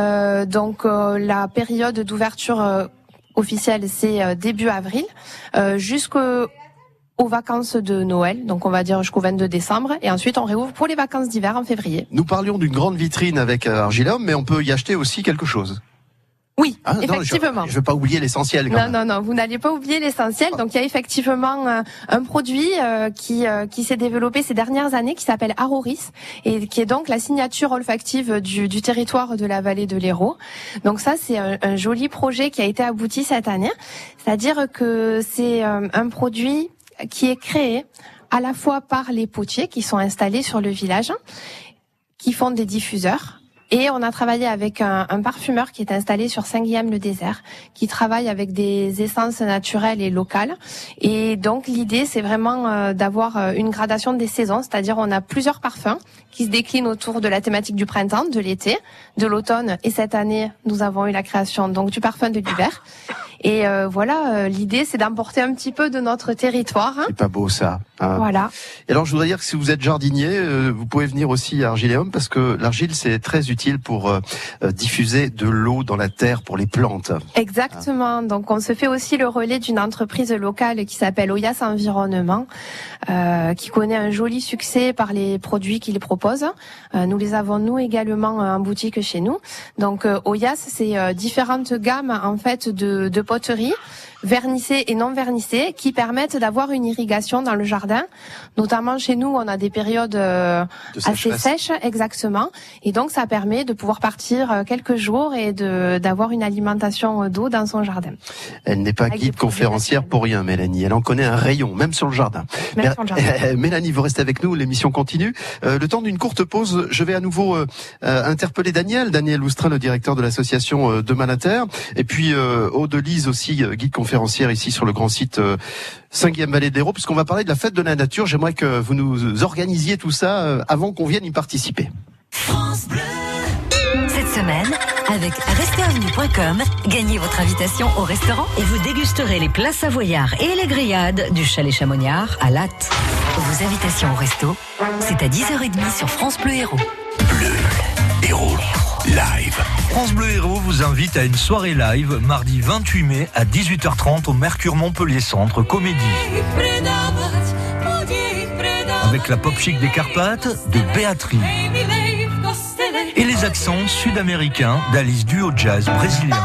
Donc la période d'ouverture officielle, c'est début avril, jusqu'aux vacances de Noël, donc on va dire jusqu'au 22 décembre, et ensuite on réouvre pour les vacances d'hiver en février. Nous parlions d'une grande vitrine avec Argiléum, mais on peut y acheter aussi quelque chose. Oui, effectivement. Non, je veux pas oublier l'essentiel. Non, vous n'allez pas oublier l'essentiel. Donc il y a effectivement un produit qui s'est développé ces dernières années, qui s'appelle Aroris, et qui est donc la signature olfactive du territoire de la vallée de l'Hérault. Donc ça, c'est un joli projet qui a été abouti cette année. C'est-à-dire que c'est un produit qui est créé à la fois par les potiers qui sont installés sur le village, qui font des diffuseurs. Et on a travaillé avec un parfumeur qui est installé sur Saint-Guilhem-le-Désert, qui travaille avec des essences naturelles et locales. Et donc l'idée, c'est vraiment d'avoir une gradation des saisons, c'est-à-dire on a plusieurs parfums qui se déclinent autour de la thématique du printemps, de l'été, de l'automne. Et cette année, nous avons eu la création donc du parfum de l'hiver. Et voilà, l'idée, c'est d'emporter un petit peu de notre territoire. C'est pas beau ça. Voilà. Et alors, je voudrais dire que si vous êtes jardinier, vous pouvez venir aussi à Argiléum, parce que l'argile, c'est très utile pour diffuser de l'eau dans la terre pour les plantes. Exactement. Donc, on se fait aussi le relais d'une entreprise locale qui s'appelle Oyas Environnement, qui connaît un joli succès par les produits qu'il propose. Nous les avons, nous, également en boutique chez nous. Donc, Oyas, c'est différentes gammes, en fait, de poterie, vernissées et non vernissées, qui permettent d'avoir une irrigation dans le jardin. Notamment chez nous, on a des périodes assez sèches, exactement. Et donc, ça permet de pouvoir partir quelques jours et d'avoir une alimentation d'eau dans son jardin. Elle n'est pas guide conférencière pour rien, Mélanie. Elle en connaît un rayon, même sur le jardin. Mélanie, vous restez avec nous, l'émission continue. Le temps d'une courte pause, je vais à nouveau interpeller Daniel Oustrin, le directeur de l'association Demain la Terre. Et puis Aude-Lise aussi, guide conférencière ici sur le grand site Saint-Guilhem Vallée de l'Hérault, puisqu'on va parler de la fête de la nature. J'aimerais que vous nous organisiez tout ça avant qu'on vienne y participer. France Bleu. Cette semaine, avec restauravenue.com, gagnez votre invitation au restaurant et vous dégusterez les plats savoyards et les grillades du Chalet Chamoniard à Latte. Vos invitations au resto, c'est à 10h30 sur France Bleu Hérault. Bleu Hérault. live. France Bleu Héros vous invite à une soirée live mardi 28 mai à 18h30 au Mercure Montpellier Centre Comédie. Avec la pop chic des Carpates de Béatrice et les accents sud-américains d'Alice Duo Jazz brésilien.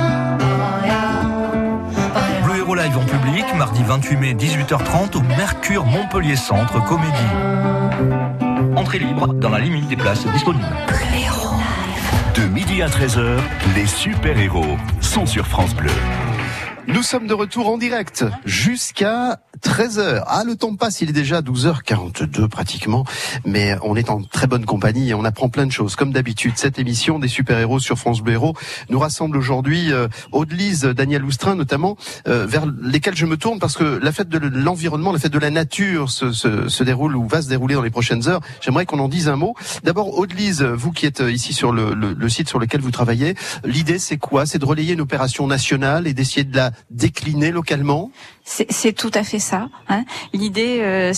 Bleu Héros live en public mardi 28 mai 18h30 au Mercure Montpellier Centre Comédie. Entrée libre dans la limite des places disponibles. De midi à 13h, les super-héros sont sur France Bleu. Nous sommes de retour en direct jusqu'à 13h. Ah, le temps passe, il est déjà 12h42 pratiquement, mais on est en très bonne compagnie et on apprend plein de choses. Comme d'habitude, cette émission des super-héros sur France Bleu Héros nous rassemble aujourd'hui Aude-Lise, Daniel Oustrin notamment, vers lesquels je me tourne parce que la fête de l'environnement, la fête de la nature se déroule ou va se dérouler dans les prochaines heures. J'aimerais qu'on en dise un mot. D'abord, Aude-Lise, vous qui êtes ici sur le site sur lequel vous travaillez, l'idée c'est quoi? C'est de relayer une opération nationale et d'essayer de la décliner localement? C'est tout à fait ça. Hein. L'idée,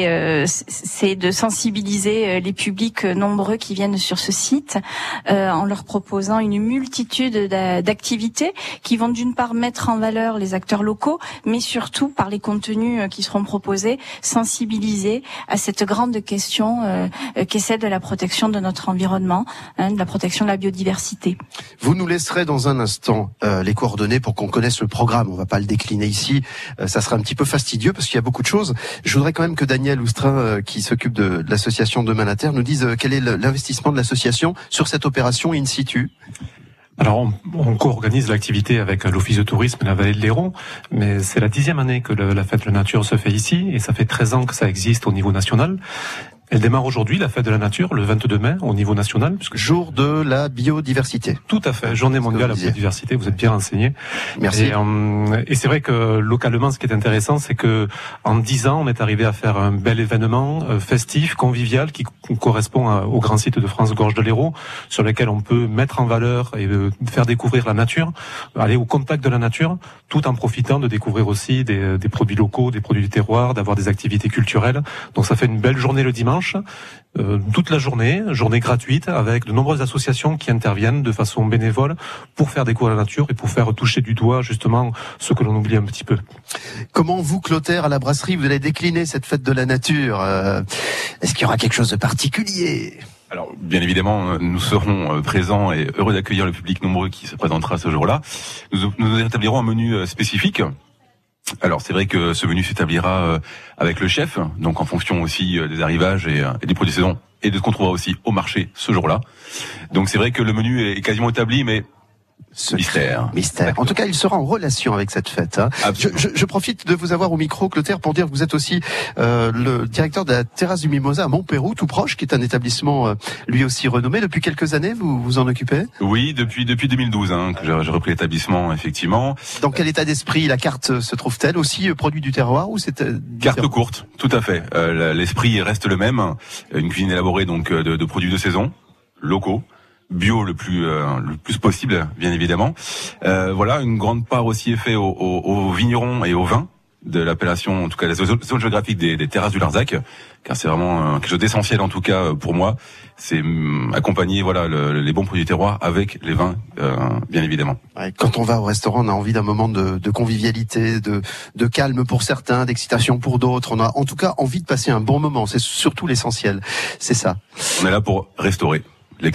c'est de sensibiliser les publics nombreux qui viennent sur ce site en leur proposant une multitude d'activités qui vont d'une part mettre en valeur les acteurs locaux, mais surtout par les contenus qui seront proposés, sensibiliser à cette grande question qu'est celle de la protection de notre environnement, de la protection de la biodiversité. Vous nous laisserez dans un instant les coordonnées pour qu'on connaisse le programme. On va pas le décliner ici. Ça sera un petit peu fastidieux parce qu'il y a beaucoup de choses. Je voudrais quand même que Daniel Oustrin, qui s'occupe de l'association Demain la Terre, nous dise quel est l'investissement de l'association sur cette opération in situ. Alors, on co-organise l'activité avec l'Office de tourisme et la Vallée de l'Hérault, mais c'est la 10e année que la fête de la nature se fait ici, et ça fait 13 ans que ça existe au niveau national. Elle démarre aujourd'hui, la fête de la nature, le 22 mai, au niveau national. Jour de la biodiversité. Tout à fait, journée mondiale de la biodiversité, vous êtes bien renseigné. Merci. Et c'est vrai que localement, ce qui est intéressant, c'est que en 10 ans, on est arrivé à faire un bel événement festif, convivial, qui correspond au grand site de France Gorge de l'Hérault, sur lequel on peut mettre en valeur et faire découvrir la nature, aller au contact de la nature, tout en profitant de découvrir aussi des produits locaux, des produits du terroir, d'avoir des activités culturelles. Donc ça fait une belle journée le dimanche. Toute la journée gratuite avec de nombreuses associations qui interviennent de façon bénévole pour faire découvrir la nature et pour faire toucher du doigt justement ce que l'on oublie un petit peu. Comment vous, Clotaire, à la brasserie, vous allez décliner cette fête de la nature? Est-ce qu'il y aura quelque chose de particulier? Alors, bien évidemment, nous serons présents et heureux d'accueillir le public nombreux qui se présentera ce jour-là. Nous établirons un menu spécifique. Alors c'est vrai que ce menu s'établira avec le chef, donc en fonction aussi des arrivages et des produits de saison et de ce qu'on trouvera aussi au marché ce jour-là. Donc c'est vrai que le menu est quasiment établi, mais mystère. En tout cas, il sera en relation avec cette fête. Hein. Je profite de vous avoir au micro, Clotaire, pour dire que vous êtes aussi le directeur de la Terrasse du Mimosa à Montpérou, tout proche, qui est un établissement lui aussi renommé. Depuis quelques années, vous vous en occupez? Oui, depuis 2012 que j'ai repris l'établissement, effectivement. Dans quel état d'esprit la carte se trouve-t-elle? Aussi produit du terroir ou c'est carte courte, tout à fait. L'esprit reste le même. Une cuisine élaborée donc de produits de saison, locaux. Bio le plus possible, bien évidemment. Voilà, une grande part aussi est faite aux vignerons et aux vins de l'appellation, en tout cas la zone géographique des terrasses du Larzac, car c'est vraiment quelque chose d'essentiel en tout cas pour moi. C'est accompagner les bons produits terroirs avec les vins, bien évidemment. Ouais, quand on va au restaurant, on a envie d'un moment de convivialité, de calme pour certains, d'excitation pour d'autres. On a en tout cas envie de passer un bon moment. C'est surtout l'essentiel. C'est ça. On est là pour restaurer.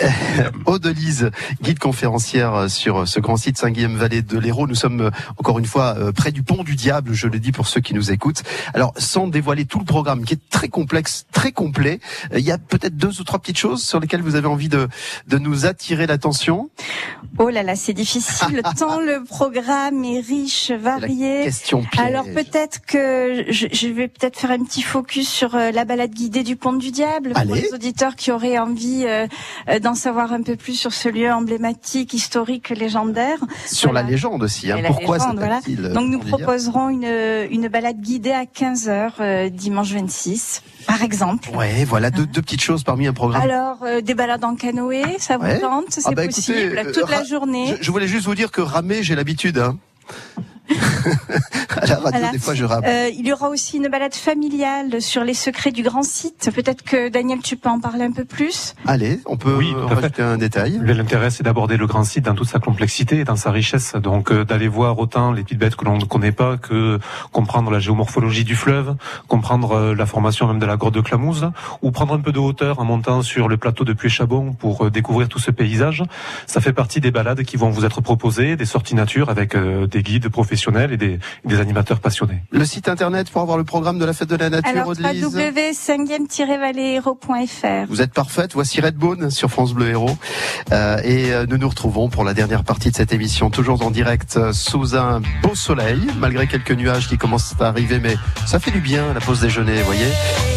Aude-Lise, guide conférencière sur ce grand site 5e Vallée de l'Hérault. Nous sommes encore une fois près du pont du Diable, je le dis pour ceux qui nous écoutent. Alors, sans dévoiler tout le programme qui est très complexe, très complet, il y a peut-être 2 ou 3 petites choses sur lesquelles vous avez envie de nous attirer l'attention. Oh là là, c'est difficile, tant le programme est riche, varié. Question piège. Alors peut-être que je vais peut-être faire un petit focus sur la balade guidée du Pont du Diable. Allez. Pour les auditeurs qui auraient envie d'en savoir un peu plus sur ce lieu emblématique, historique, légendaire. Sur la légende aussi, hein. Pourquoi s'appelle-t-il Donc nous proposerons une balade guidée à 15h dimanche 26, par exemple. Ouais, voilà, deux petites choses parmi un programme. Alors, des balades en canoë, ça vous tente? C'est possible, toute la journée. Je voulais juste vous dire que ramer, j'ai l'habitude, hein. À la radio, Voilà. des fois, je rame. Il y aura aussi une balade familiale sur les secrets du grand site. Peut-être que Daniel, tu peux en parler un peu plus. Allez, on peut rajouter un détail. L'intérêt, c'est d'aborder le grand site dans toute sa complexité et dans sa richesse. Donc, d'aller voir autant les petites bêtes que l'on ne connaît pas, que comprendre la géomorphologie du fleuve, comprendre la formation même de la grotte de Clamouze, ou prendre un peu de hauteur en montant sur le plateau de Puy-Chabon pour découvrir tout ce paysage. Ça fait partie des balades qui vont vous être proposées, des sorties nature avec des guides professionnels et des animateurs passionnés. Le site internet pour avoir le programme de la fête de la nature, Alors, Audelise. www.5e-vallée-héros.fr. Vous êtes parfaite. Voici Redbone sur France Bleu Héros. Et nous nous retrouvons pour la dernière partie de cette émission, toujours en direct sous un beau soleil, malgré quelques nuages qui commencent à arriver, mais ça fait du bien la pause déjeuner, vous voyez.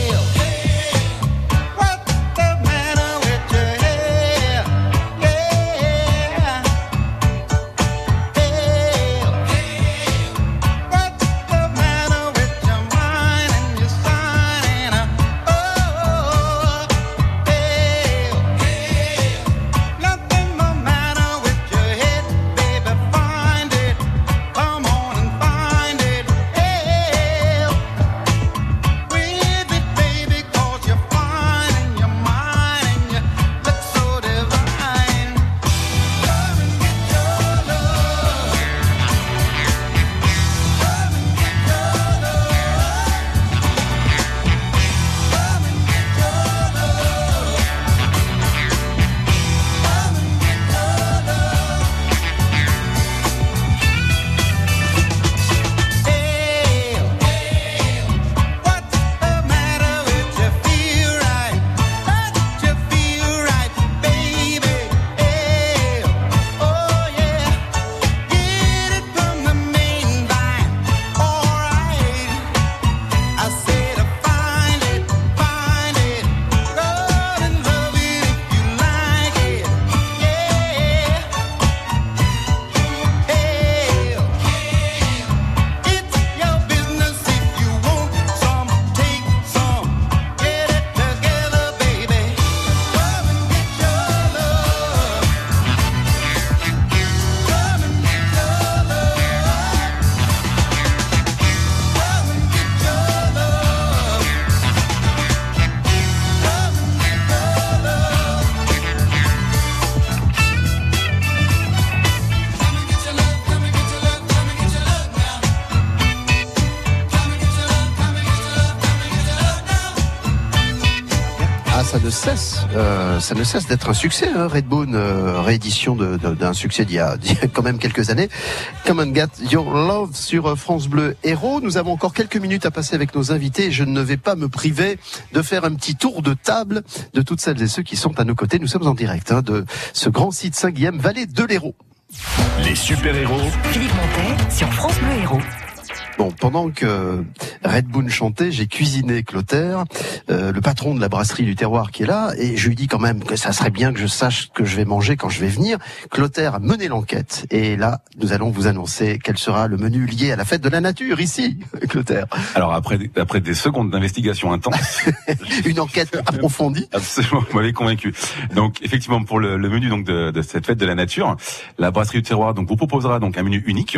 Ça ne cesse d'être un succès, hein, Redbone, réédition d'un succès d'il y a quand même quelques années. Come and Get Your Love sur France Bleu Héros. Nous avons encore quelques minutes à passer avec nos invités et je ne vais pas me priver de faire un petit tour de table de toutes celles et ceux qui sont à nos côtés. Nous sommes en direct de ce grand site Saint-Guilhem, vallée de l'Hérault. Les super-héros. Philippe Montet sur France Bleu Héros. Bon, pendant que Redbone chantait, j'ai cuisiné Clotaire, le patron de la brasserie du terroir qui est là, et je lui dis quand même que ça serait bien que je sache ce que je vais manger quand je vais venir. Clotaire a mené l'enquête, et là, nous allons vous annoncer quel sera le menu lié à la fête de la nature ici, Clotaire. Alors après des secondes d'investigation intense, une enquête approfondie. Absolument, vous m'avez convaincu. Donc effectivement, pour le menu donc de cette fête de la nature, la brasserie du terroir donc vous proposera donc un menu unique.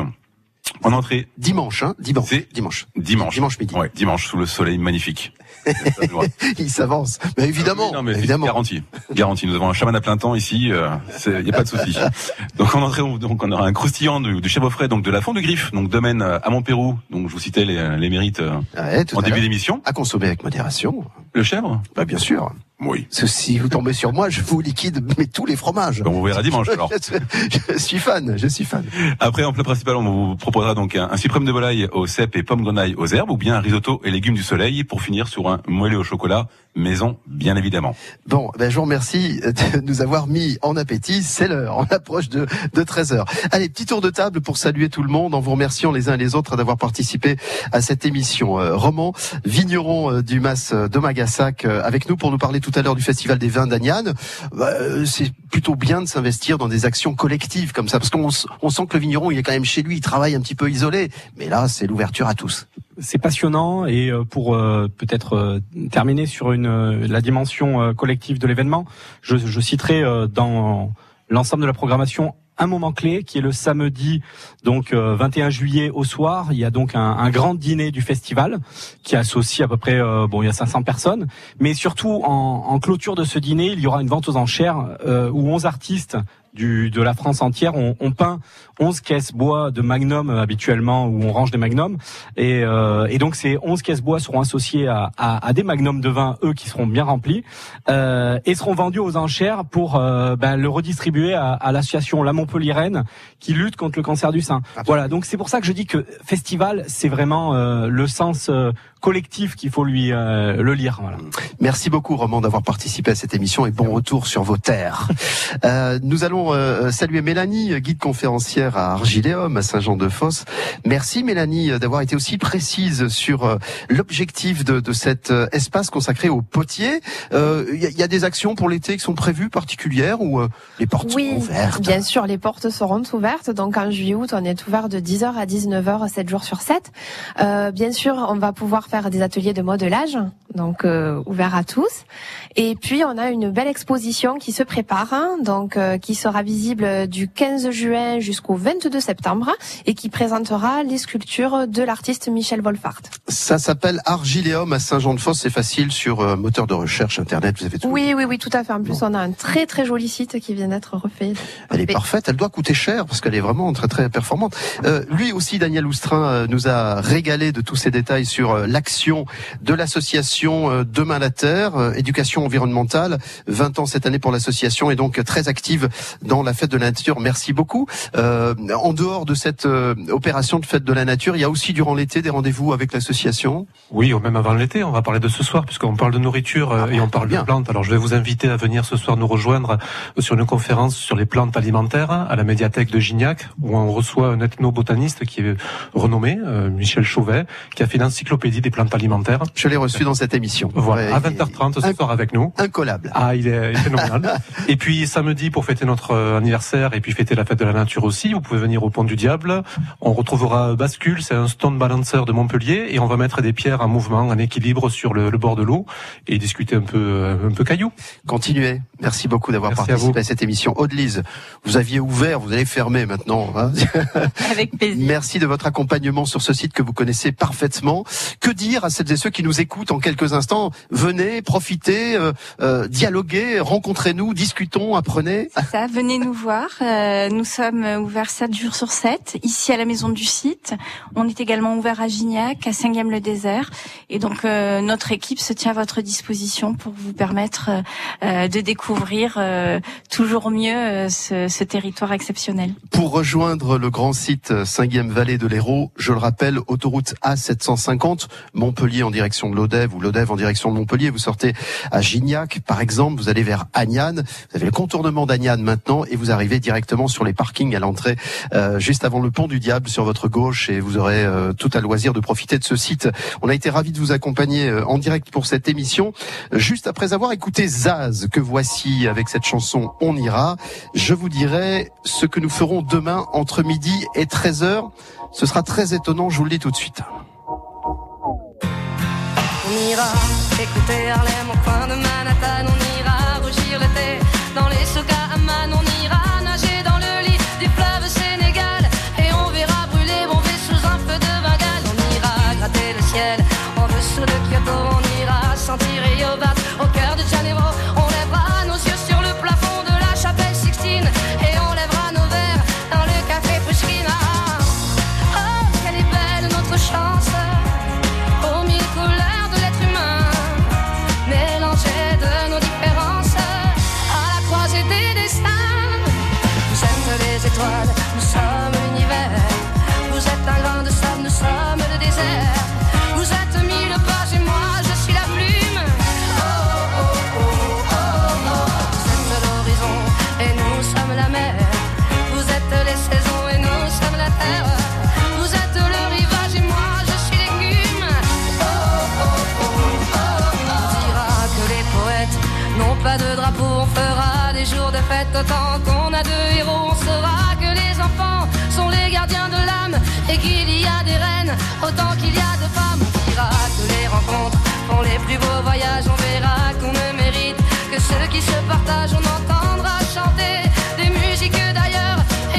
En entrée. Dimanche. Dimanche midi. Ouais, dimanche sous le soleil magnifique. Il s'avance. Mais évidemment. Oui, non, mais évidemment. Garantie. Nous avons un chaman à plein temps ici. Il n'y a pas de souci. Donc en entrée, donc on aura un croustillant du chèvre frais, donc de la Fond de Griffe, donc domaine à Montpérou. Donc je vous citais les mérites en début d'émission. À consommer avec modération. Le chèvre? Bah bien sûr. Oui. Parce que si vous tombez sur moi, je vous liquide tous les fromages. Donc on verra dimanche alors. Je suis fan. Après, en plat principal, on vous proposera donc un suprême de volaille aux cèpes et pommes grenaille aux herbes, ou bien un risotto et légumes du soleil, pour finir sur un moelleux au chocolat maison, bien évidemment. Bon, je vous remercie de nous avoir mis en appétit. C'est l'heure, on approche de 13h. Allez, petit tour de table pour saluer tout le monde en vous remerciant les uns et les autres d'avoir participé à cette émission. Roman, vigneron du Mas de Magassac, avec nous pour nous parler tout à l'heure du Festival des Vins d'Agnan. C'est plutôt bien de s'investir dans des actions collectives comme ça, parce qu'on sent que le vigneron, il est quand même chez lui, il travaille un petit peu isolé. Mais là, c'est l'ouverture à tous. C'est passionnant, et pour peut-être terminer sur la dimension collective de l'événement, je citerai dans l'ensemble de la programmation un moment clé qui est le samedi, donc 21 juillet au soir. Il y a donc un grand dîner du festival qui associe à peu près, il y a 500 personnes. Mais surtout, en clôture de ce dîner, il y aura une vente aux enchères où 11 artistes de la France entière ont peint 11 caisses bois de Magnum habituellement où on range des Magnums et donc ces 11 caisses bois seront associées à des Magnums de vin, eux, qui seront bien remplis et seront vendus aux enchères pour le redistribuer à l'association La Montpelliéraine qui lutte contre le cancer du sein. Absolument. Voilà, donc c'est pour ça que je dis que festival, c'est vraiment le sens collectif qu'il faut lui le lire. Voilà. Merci beaucoup Roman d'avoir participé à cette émission et bon retour sur vos terres. Nous allons saluer Mélanie, guide conférencière à Argiléum, à Saint-Jean-de-Fosse. Merci Mélanie d'avoir été aussi précise sur l'objectif de cet espace consacré aux potiers. Il y a des actions pour l'été qui sont prévues particulières ou les portes sont ouvertes? Oui, bien sûr, les portes seront ouvertes. Donc en juillet-août, on est ouvert de 10h à 19h, 7 jours sur 7. Bien sûr, on va pouvoir faire des ateliers de modelage, donc ouverts à tous. Et puis, on a une belle exposition qui se prépare, donc qui sera visible du 15 juin jusqu'au 22 septembre et qui présentera les sculptures de l'artiste Michel Wolfart. Ça s'appelle Argiléum à Saint-Jean-de-Fosse, c'est facile sur moteur de recherche internet, vous avez tout. Oui, tout à fait. En plus, on a un très très joli site qui vient d'être refait. Elle est parfaite, elle doit coûter cher parce qu'elle est vraiment très très performante. Lui aussi, Daniel Oustrin nous a régalé de tous ces détails sur l'action de l'association Demain la Terre, éducation environnementale, 20 ans cette année pour l'association et donc très active dans la fête de la nature. Merci beaucoup. En dehors de cette opération de fête de la nature, il y a aussi durant l'été des rendez-vous avec l'association? Oui, même avant l'été, on va parler de ce soir puisqu'on parle de nourriture et on parle de plantes. Alors je vais vous inviter à venir ce soir nous rejoindre sur une conférence sur les plantes alimentaires à la médiathèque de Gignac où on reçoit un ethnobotaniste qui est renommé, Michel Chauvet, qui a fait l'encyclopédie des plantes alimentaires. Je l'ai reçu dans cette émission. Voilà, à 20h30 ce soir avec nous. Incollable. Ah, il est phénoménal. Et puis samedi, pour fêter notre anniversaire et puis fêter la fête de la nature aussi, vous pouvez venir au Pont du Diable. On retrouvera Bascule, c'est un stone balancer de Montpellier et on va mettre des pierres en mouvement, en équilibre sur le bord de l'eau et discuter un peu caillou. Continuez. Merci beaucoup d'avoir participé à cette émission. Aude-Lise, vous aviez ouvert, vous allez fermer maintenant. Avec plaisir. Merci de votre accompagnement sur ce site que vous connaissez parfaitement. Que dire à celles et ceux qui nous écoutent en quelques instants? Venez, profitez, dialoguez, rencontrez-nous, discutons, apprenez. Ça, venez nous voir. Nous sommes ouverts 7 jours sur 7, ici à la maison du site. On est également ouvert à Gignac, à Saint-Guilhem-le-Désert. Et donc, notre équipe se tient à votre disposition pour vous permettre de découvrir toujours mieux ce territoire exceptionnel. Pour rejoindre le grand site Saint-Guilhem-Vallée de l'Hérault, je le rappelle, autoroute A750, Montpellier en direction de Lodève ou Lodève en direction de Montpellier. Vous sortez à Gignac, par exemple, vous allez vers Agnan. Vous avez le contournement d'Agnan maintenant et vous arrivez directement sur les parkings à l'entrée, juste avant le Pont du Diable sur votre gauche et vous aurez tout à loisir de profiter de ce site. On a été ravis de vous accompagner en direct pour cette émission. Juste après avoir écouté Zaz, que voici avec cette chanson On ira, je vous dirai ce que nous ferons demain entre midi et 13h. Ce sera très étonnant, je vous le dis tout de suite. On ira écouter Harlem au coin de Manhattan, on ira rougir l'été dans les souks à Amman, on ira nager dans le lit du fleuve Sénégal et on verra brûler Bombay sous un feu de Bengale. On ira gratter le ciel en dessous de Kyoto, on ira sentir Rio Bat au cœur de Janeiro, on lèvera nos yeux sur le plafond de la chapelle Sixtine et on lèvera nos verres dans le café Pushkin. Oh, quelle est belle notre chance aux mille couleurs de l'être humain, mélangées de nos différences à la croisée des destins. Vous êtes les étoiles, nous sommes l'univers. Vous êtes un grain de sable, nous sommes le désert. Vous êtes mille pages et moi je suis la plume. Oh oh oh oh oh oh. Vous êtes l'horizon et nous sommes la mer. Vous êtes les saisons et nous sommes la terre. Vous êtes le rivage et moi je suis l'écume. Oh oh oh oh oh. On dira que les poètes n'ont pas de drapeau, on fera des jours de fête autant qu'on a de héros. On saura que les enfants sont les gardiens de l'âme et qu'il y a des reines autant qu'il y a de femmes. On dira que les rencontres font les plus beaux voyages. On verra qu'on ne mérite que ceux qui se partagent. On entendra chanter des musiques d'ailleurs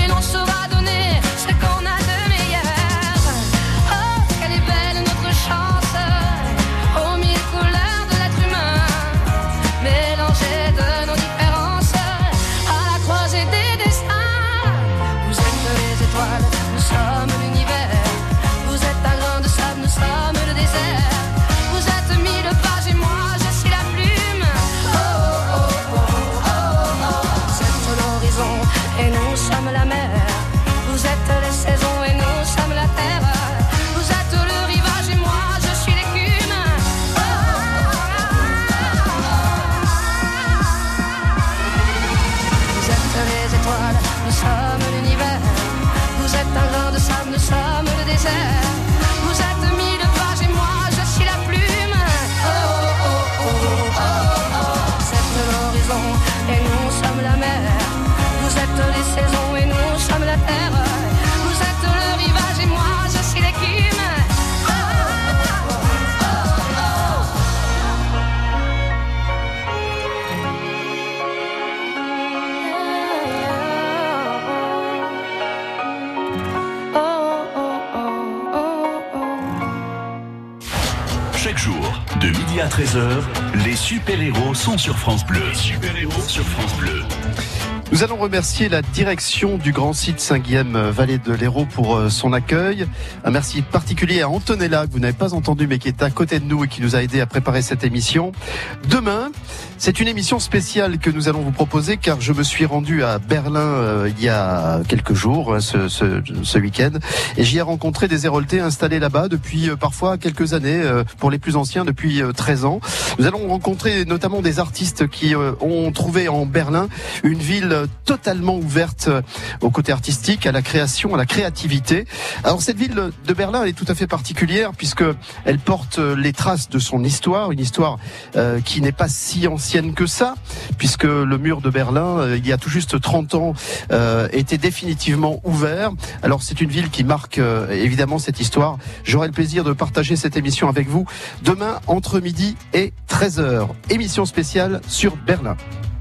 Chaque jour, de midi à 13h, les super-héros sont sur France Bleu. Les super-héros sur France Bleu. Nous allons remercier la direction du grand site Saint-Guilhem Vallée de l'Hérault pour son accueil. Un merci particulier à Antonella, que vous n'avez pas entendu mais qui est à côté de nous et qui nous a aidé à préparer cette émission. Demain, c'est une émission spéciale que nous allons vous proposer car je me suis rendu à Berlin il y a quelques jours, ce week-end, et j'y ai rencontré des Héroltais installés là-bas depuis parfois quelques années, pour les plus anciens depuis 13 ans. Nous allons rencontrer notamment des artistes qui ont trouvé en Berlin une ville totalement ouverte au côté artistique, à la création, à la créativité. Alors cette ville de Berlin, elle est tout à fait particulière puisque elle porte les traces de son histoire, une histoire qui n'est pas si ancienne que ça, puisque le mur de Berlin, il y a tout juste 30 ans, était définitivement ouvert. Alors c'est une ville qui marque évidemment cette histoire. J'aurai le plaisir de partager cette émission avec vous demain entre midi et 13h. Émission spéciale sur Berlin.